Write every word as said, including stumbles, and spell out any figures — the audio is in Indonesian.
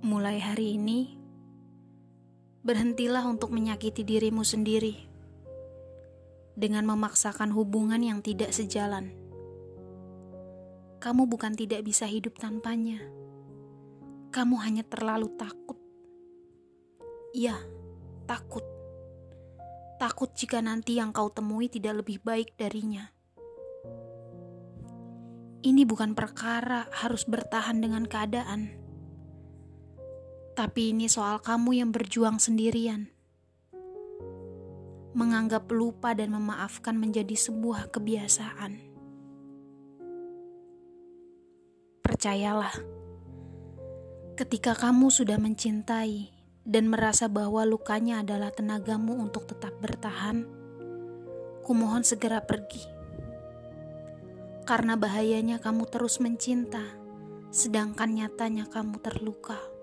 Mulai hari ini, berhentilah untuk menyakiti dirimu sendiri dengan memaksakan hubungan yang tidak sejalan. Kamu bukan tidak bisa hidup tanpanya. Kamu hanya terlalu takut. Ya, takut. Takut jika nanti yang kau temui tidak lebih baik darinya. Ini bukan perkara harus bertahan dengan keadaan. Tapi ini soal kamu yang berjuang sendirian. Menganggap lupa dan memaafkan menjadi sebuah kebiasaan. Percayalah, ketika kamu sudah mencintai dan merasa bahwa lukanya adalah tenagamu untuk tetap bertahan, kumohon segera pergi. Karena bahayanya kamu terus mencinta, sedangkan nyatanya kamu terluka.